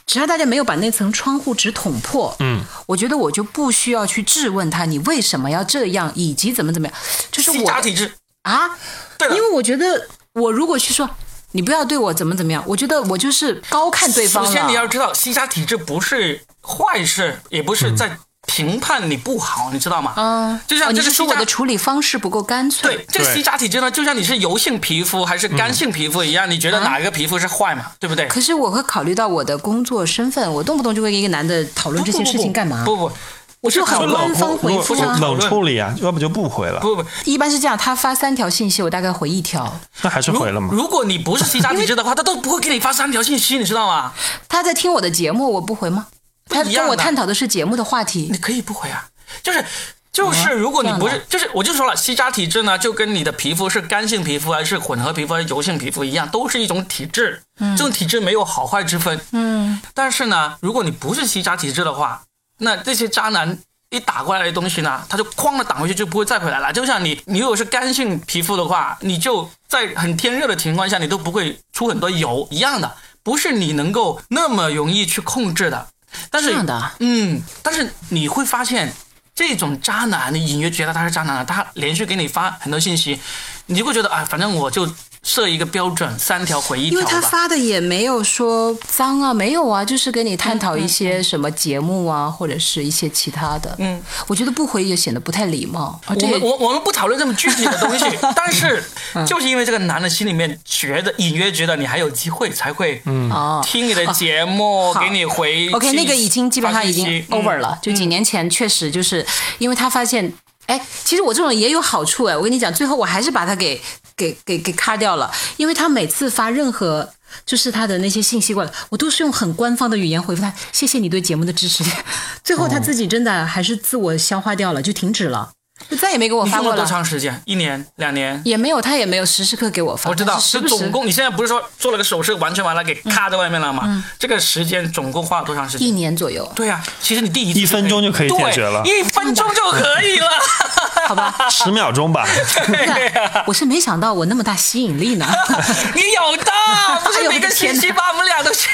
只要大家没有把那层窗户纸捅破，我觉得我就不需要去质问他你为什么要这样，以及怎么样，就是西家体制啊， 对了， 因为我觉得我如果去说你不要对我怎么样，我觉得我就是高看对方了。 首先你要知道，西家体制不是坏事，也不是在评判你不好，你知道吗？就像你是说我的处理方式不够干脆？ 对，这个西家体制呢，就像你是油性皮肤还是干性皮肤一样，你觉得哪一个皮肤是坏嘛？对不对？ 可是我会考虑到我的工作身份，我动不动就会跟一个男的讨论这些事情干嘛？ 不， 我就很官方回复啊， 冷处理啊，要不就不回了。 不， 一般是这样，他发3条信息，我大概回1条。 那还是回了吗？ 如果你不是西家体制的话，他都不会给你发3条信息，你知道吗？ 他在听我的节目，我不回吗？他跟我探讨的是节目的话题， 你可以不回啊。就是如果你不是，我就说了，西家体制呢，就跟你的皮肤是干性皮肤还是混合皮肤还是油性皮肤一样，都是一种体质。这种体质没有好坏之分。但是呢，如果你不是西家体制的话，那这些渣男一打过来的东西呢，他就哐的挡回去，就不会再回来了。就像你如果是干性皮肤的话，你就在很天热的情况下，你都不会出很多油一样的，不是你能够那么容易去控制的。但是这样的， 但是你会发现，这种渣男，你隐约觉得他是渣男了，他连续给你发很多信息，你就会觉得反正我就设一个标准，3条回1条吧。 因为他发的也没有说脏啊，没有啊，就是跟你探讨一些什么节目啊，或者是一些其他的。我觉得不回也显得不太礼貌。 我们不讨论这么具体的东西，但是就是因为这个男的心里面隐约觉得你还有机会，才会听你的节目，给你回。 OK， 那个已经基本上已经 over 了，就几年前确实就是因为他发现。其实我这种也有好处我跟你讲，最后我还是把他给卡掉了，因为他每次发任何就是他的那些信息过来，我都是用很官方的语言回复他，谢谢你对节目的支持。最后他自己真的还是自我消化掉了，就停止了，就再也没给我发过了。 你用了多长时间？1年、2年？ 也没有，他也没有时时刻给我发。 我知道， 是总共你现在不是说做了个手势完全完了给卡在外面了吗？这个时间总共花了多长时间？ 1年左右。 对啊，其实你第一次 1分钟就可以解决了 ，1分钟就可以了。 好吧 ，10秒钟吧。 我是没想到我那么大吸引力呢。 你有的，不是每个星期把我们俩都去。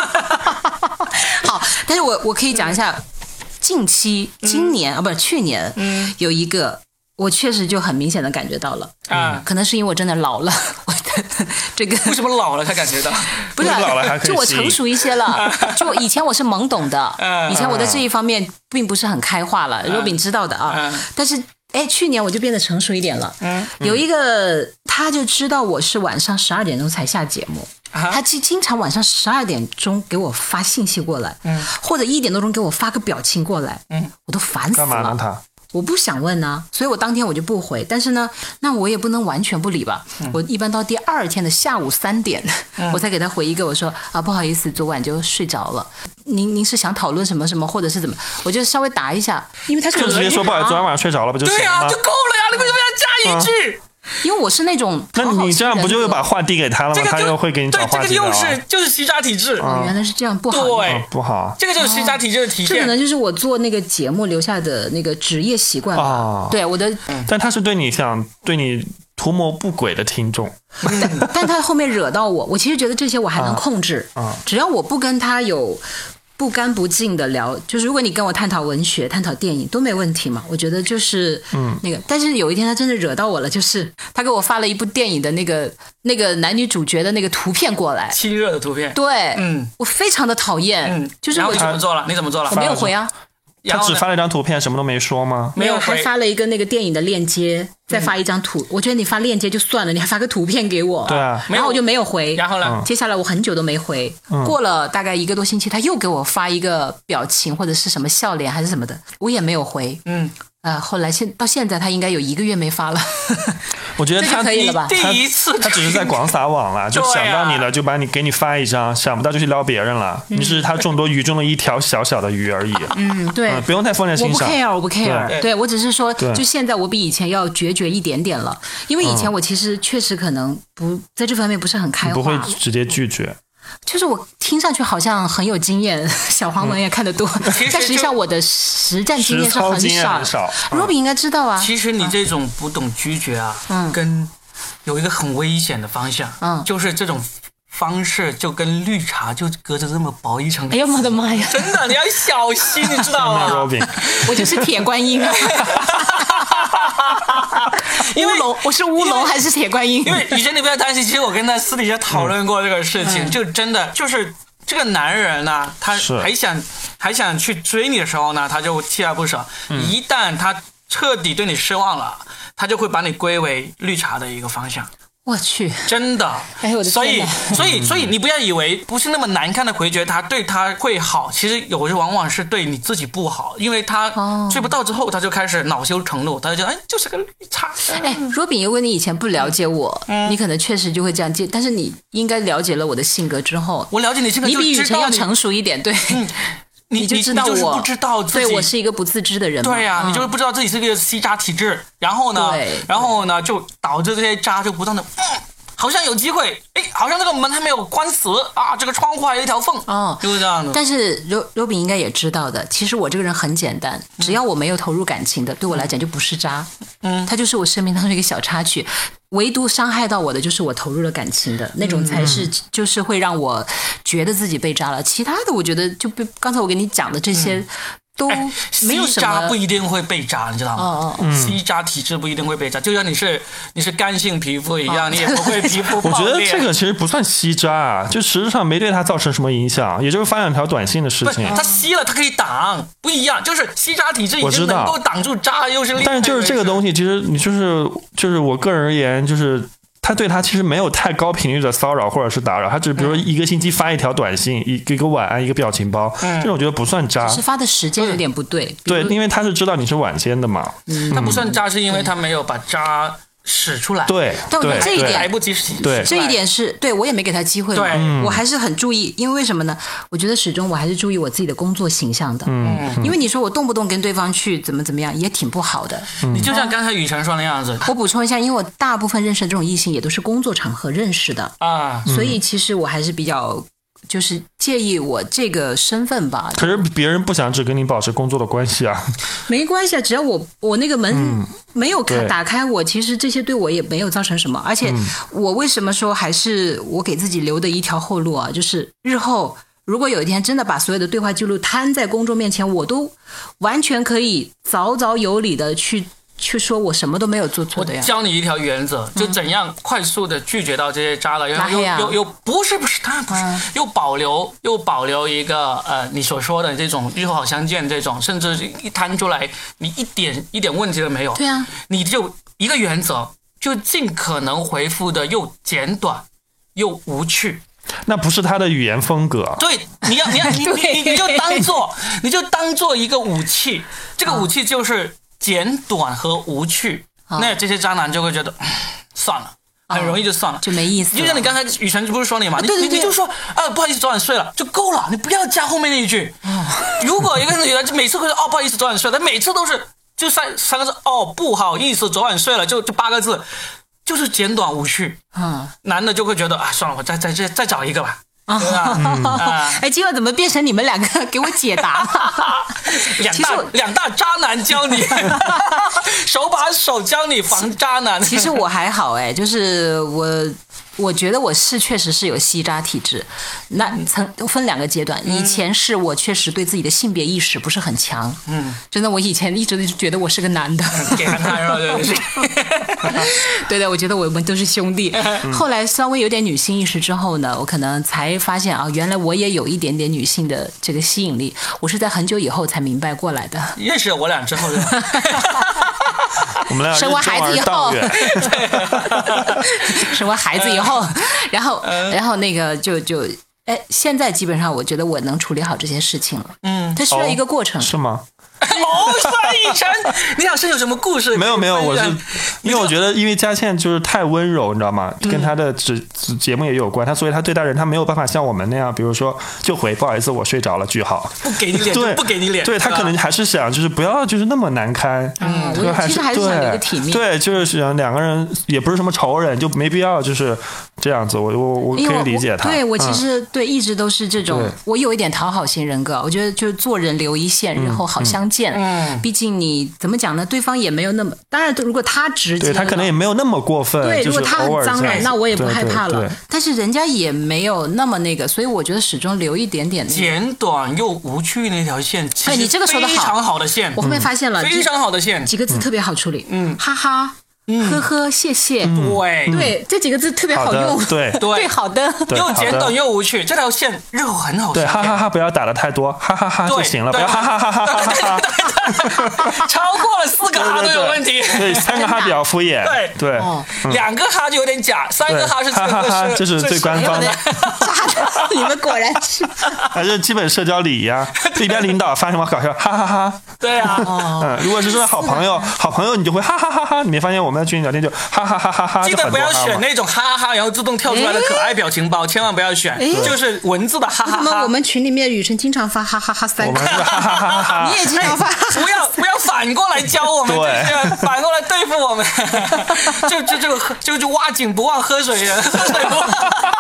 好，但是我可以讲一下，近期今年不是去年，有一个我确实就很明显的感觉到了可能是因为我真的老了，我的这个为什么老了才感觉到？ 不是老了还可以就我成熟一些了，就以前我是懵懂的，以前我在这一方面并不是很开化了，Robin 知道的但是。去年我就变得成熟一点了。有一个他就知道我是晚上12点钟才下节目，他经常晚上12点钟给我发信息过来，或者1点多钟给我发个表情过来，我都烦死了。 干嘛呢他？ 我不想问呢，所以我当天我就不回。但是呢，那我也不能完全不理吧。我一般到第2天的下午3点，我才给他回一个，我说不好意思，昨晚就睡着了。您是想讨论什么什么，或者是怎么？我就稍微答一下，因为他是就直接说不好意思，昨晚晚上睡着了，不就行了吗？ 对啊，就够了呀，你为什么要加一句？ 因为我是那种那你这样不就会把话递给他了吗？他又会给你找话题聊。 这个就是西家体制。 原来是这样，不好。 对， 不好。 这个就是西家体制的体现。 这可能就是我做那个节目留下的那个职业习惯吧。对我的， 但他是对你图谋不轨的听众。 但他后面惹到我其实觉得这些我还能控制。只要我不跟他有不干不净的聊，就是如果你跟我探讨文学、探讨电影都没问题嘛。我觉得就是那个，但是有一天他真的惹到我了，就是他给我发了一部电影的那个男女主角的那个图片过来， 亲热的图片。 对，我非常的讨厌。就是我怎么做了？你怎么做了？ 我没有回啊。 他只发了一张图片，什么都没说吗？ 没有，还发了一个那个电影的链接，再发一张图。我觉得你发链接就算了，你还发个图片给我。 对啊， 然后我就没有回。 然后呢？ 接下来我很久都没回，过了大概1个多星期，他又给我发一个表情或者是什么笑脸还是什么的，我也没有回。后来到现在他应该有1个月没发了。 我觉得他可以了吧？ 第一次他只是在广撒网了，就想到你了，就给你发一张，想不到就去撩别人了。你是他众多鱼中的一条小小的鱼而已。 对， 不用太放在心上。 我不 care。对，我只是说，就现在我比以前要决绝一点点了，因为以前我其实确实可能不在这方面不是很开化， 不会直接拒绝。 就是我听上去好像很有经验，小黄文也看得多，但实际上我的实战经验是很少。Robin 应该知道啊。 其实你这种不懂拒绝跟有一个很危险的方向，就是这种方式就跟绿茶就隔着这么薄一层。 哎呀妈的妈呀！ 真的，你要小心，你知道吗？ 我就是铁观音啊！乌龙，我是乌龙还是铁观音？ 因为以前你不要担心，其实我跟他私底下讨论过这个事情，就真的就是这个男人呢，他还想去追你的时候呢，他就锲而不舍。一旦他彻底对你失望了，他就会把你归为绿茶的一个方向。 我去， 真的， 哎，我的天哪！ 所以你不要以为不是那么难看的回绝他对他会好，其实有时往往是对你自己不好，因为他追不到之后，他就开始恼羞成怒，他就觉得就是个绿茶。 哎，若饼，如果你以前不了解我，你可能确实就会这样接，但是你应该了解了我的性格之后， 我了解你性格， 你比雨辰要成熟一点，对。你就知道我， 就是不知道自己， 对，我是一个不自知的人嘛。 对呀，你就是不知道自己是个吸渣体质，然后呢，就导致这些渣就不断的，好像有机会，哎，好像这个门还没有关死啊，这个窗户还有一条缝，就是这样的。 但是柔饼应该也知道的，其实我这个人很简单，只要我没有投入感情的，对我来讲就不是渣，它就是我生命当中一个小插曲。唯独伤害到我的就是我投入了感情的那种，才是就是会让我觉得自己被渣了。其他的我觉得就被刚才我跟你讲的这些都没有什么。 吸渣不一定会被渣，你知道吗？吸渣体质不一定会被渣，就像你是干性皮肤一样，你也不会皮肤爆裂。 我觉得这个其实不算吸渣啊，就实质上没对他造成什么影响，也就是发两条短信的事情。 他吸了，他可以挡，不一样。就是吸渣体质已经能够挡住渣，又是另外一回事。 但是就是这个东西，其实你就是我个人而言，就是他对他其实没有太高频率的骚扰或者是打扰，他只比如说一个星期发一条短信，一个晚安，一个表情包，这种我觉得不算渣。 只是发的时间有点不对。 对，因为他是知道你是晚间的嘛。 他不算渣，是因为他没有把渣使出来。 对， 但我觉得这一点来不及使。 对， 这一点是对我也没给他机会嘛。我还是很注意，因为为什么呢？我觉得始终我还是注意我自己的工作形象的。因为你说我动不动跟对方去怎么样，也挺不好的。 你就像刚才雨辰说那样子。 我补充一下，因为我大部分认识的这种异性也都是工作场合认识的啊，所以其实我还是比较。就是介意我这个身份吧。 可是别人不想只跟你保持工作的关系啊。 没关系啊，只要我那个门没有打开，我其实这些对我也没有造成什么。而且我为什么说还是我给自己留的一条后路啊？就是日后如果有一天真的把所有的对话记录摊在公众面前，我都完全可以早早有理的去说我什么都没有做错的呀。 我教你一条原则，就怎样快速的拒绝到这些渣了，又不是当然不是，又保留一个你所说的这种日后好相见这种，甚至一摊出来你一点问题都没有。 对啊， 你就一个原则，就尽可能回复的又简短又无趣。 那不是他的语言风格。 对，你就当做一个武器，这个武器就是简短和无趣，那这些渣男就会觉得算了，很容易就算了， 就没意思了。 就像你刚才雨辰不是说你嘛，你就说不好意思，昨晚睡了就够了，你不要加后面那一句。如果一个女的每次会说不好意思，昨晚睡了，每次都是就三个字不好意思，昨晚睡了，就8个字，就是简短无趣。男的就会觉得算了，我再找一个吧。 今晚怎么变成你们两个给我解答？ 两大渣男教你，手把手教你防渣男。 其实我还好就是我觉得我确实是有吸渣体质。那分2个阶段，以前是我确实对自己的性别意识不是很强。真的，我以前一直觉得我是个男的。 给他看了， 对的，我觉得我们都是兄弟。后来稍微有点女性意识之后呢，我可能才发现原来我也有一点点女性的这个吸引力。我是在很久以后才明白过来的。 认识了我俩之后， 我们俩生完孩子以后，生完孩子以后，然后那个就现在基本上我觉得我能处理好这些事情了。它需要一个过程。 是吗？ 范逸臣，你俩是有什么故事？ 没有，我是因为我觉得，因为佳倩就是太温柔，你知道吗？跟她的节目也有关，所以她对待人，她没有办法像我们那样，比如说就回不好意思，我睡着了，句号， 不给你脸，对，不给你脸， 对她可能还是想就是不要就是那么难堪， 我其实还是想留个体面， 对，就是想2个人也不是什么仇人，就没必要就是这样子，我可以理解他。 对我其实对一直都是这种对， 我有一点讨好型人格，我觉得就是做人留一线，日后好相见。毕竟你怎么讲呢？对方也没有那么，当然如果他直接对他可能也没有那么过分， 对， 就是如果他很脏人，那我也不害怕了。 对， 但是人家也没有那么那个，所以我觉得始终留一点点简短又无趣那条线，其实你这个说得好， 非常好的线。 我后面发现了非常好的线， 几个字特别好处理。哈哈。呵呵，谢谢。对，这几个字特别好用。 对， 好的， 又简短又无趣，这条线日后很好。 对，哈哈哈，不要打的太多，哈哈哈就行了，不要哈哈哈哈哈哈。超过了4个哈都有问题。 对，3个哈比较敷衍。对 ，2个哈就有点假，3个哈是哈哈哈，这是最官方的。 你们果然是， 还是基本社交礼仪啊。一边领导发什么搞笑，哈哈哈。 对啊， 如果是真的好朋友，你就会哈哈哈哈。你没发现我们在群里聊天就哈哈哈哈哈？ 记得不要选那种哈哈哈，然后自动跳出来的可爱表情包，千万不要选，就是文字的哈哈哈。 为什么我们群里面雨辰经常发哈哈哈3个？你也经常发？ 不要反过来教我们，就是反过来对付我们，就挖井不忘喝水人，喝水不忘。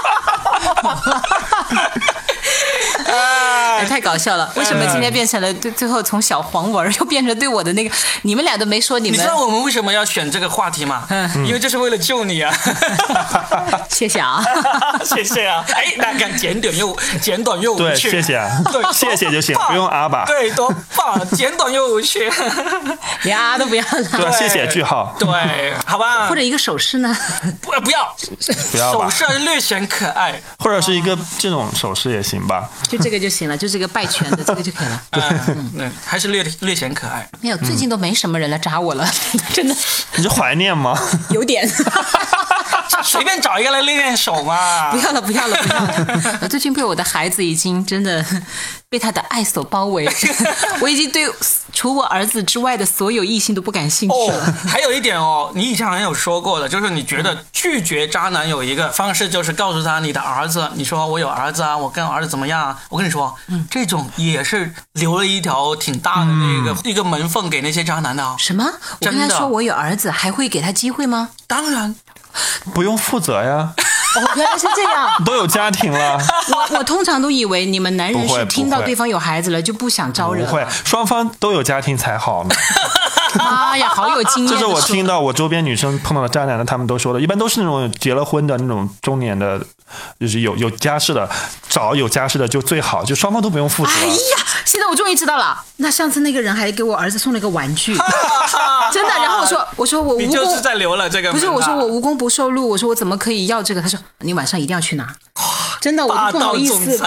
太搞笑了！为什么今天变成了最后从小黄文又变成对我的那个？你们俩都没说你们。 你知道我们为什么要选这个话题吗？因为这是为了救你啊！ 谢谢啊， 谢谢啊！哎，那个简短又无趣， 对，谢谢啊，对，谢谢就行，不用啊吧？ 对，多棒，简短又无趣， 连啊都不要了。 对，谢谢句号。 对，好吧。 或者一个手势呢？ 不要，手势还是略显可爱， 或者是一个这种手势也行吧？ 就这个就行了，就这个拜拳的这个就可以了。 对，还是略显可爱。 没有，最近都没什么人来扎我了，真的。 你是怀念吗？ 有点。 随便找一个来练练手嘛。 不要了。最近被我的孩子已经真的被他的爱所包围，我已经对除我儿子之外的所有异性都不感兴趣了。 还有一点你以前好像有说过的，就是你觉得拒绝渣男有一个方式，就是告诉他你的儿子，你说我有儿子啊，我跟我儿子怎么样啊？我跟你说，这种也是留了一条挺大的一个门缝给那些渣男的。 什么？我跟他说我有儿子，还会给他机会吗？ 当然。 不用负责呀。 原来是这样， 都有家庭了。 我通常都以为你们男人是听到对方有孩子了就不想招惹。 不会，双方都有家庭才好呢。 妈呀，好有经验！ 这是我听到我周边女生碰到的渣男的，他们都说的，一般都是那种结了婚的那种中年的，就是有家室的，找有家室的就最好，就双方都不用负责。 哎呀，现在我终于知道了。那上次那个人还给我儿子送了一个玩具，真的。然后我说我无功， 你就是在留了这个。 不是，我说我无功不受禄，我说我怎么可以要这个？他说你晚上一定要去拿。真的，我不好意思。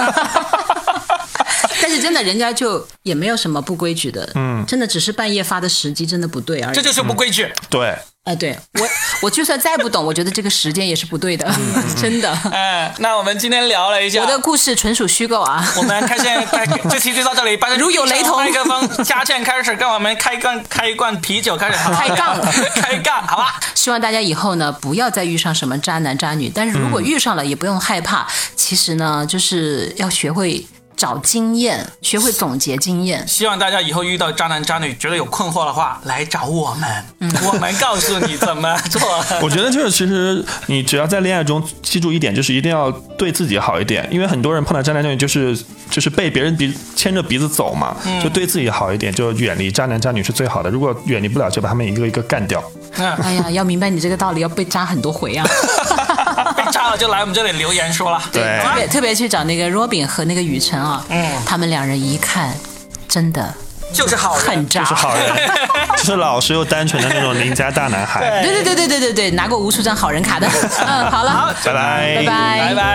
但是真的，人家就也没有什么不规矩的，真的只是半夜发的时机真的不对而已。 这就是不规矩。 对。 对，我就算再不懂，我觉得这个时间也是不对的，真的。 那我们今天聊了一下， 我的故事纯属虚构啊。 我们这期就到这里， 如有雷同， 麦克风佳倩开始跟我们开一罐啤酒，开始开杠，好吧？ 希望大家以后呢不要再遇上什么渣男渣女，但是如果遇上了也不用害怕，其实呢就是要学会找经验，学会总结经验。 希望大家以后遇到渣男渣女觉得有困惑的话来找我们，我们告诉你怎么做。 我觉得就是其实你只要在恋爱中记住一点，就是一定要对自己好一点，因为很多人碰到渣男渣女就是被别人牵着鼻子走嘛，就对自己好一点，就远离渣男渣女是最好的。如果远离不了，就把他们一个一个干掉。 哎呀，要明白你这个道理，要被渣很多回啊。 被渣了就来我们这里留言说了。 对， 特别去找那个 Robin 和那个雨辰啊，他们两人一看，真的就是好人， 很渣， 就是好人，就是老实又单纯的那种邻家大男孩。 对，拿过无数张好人卡的。好了， 拜拜， 拜拜。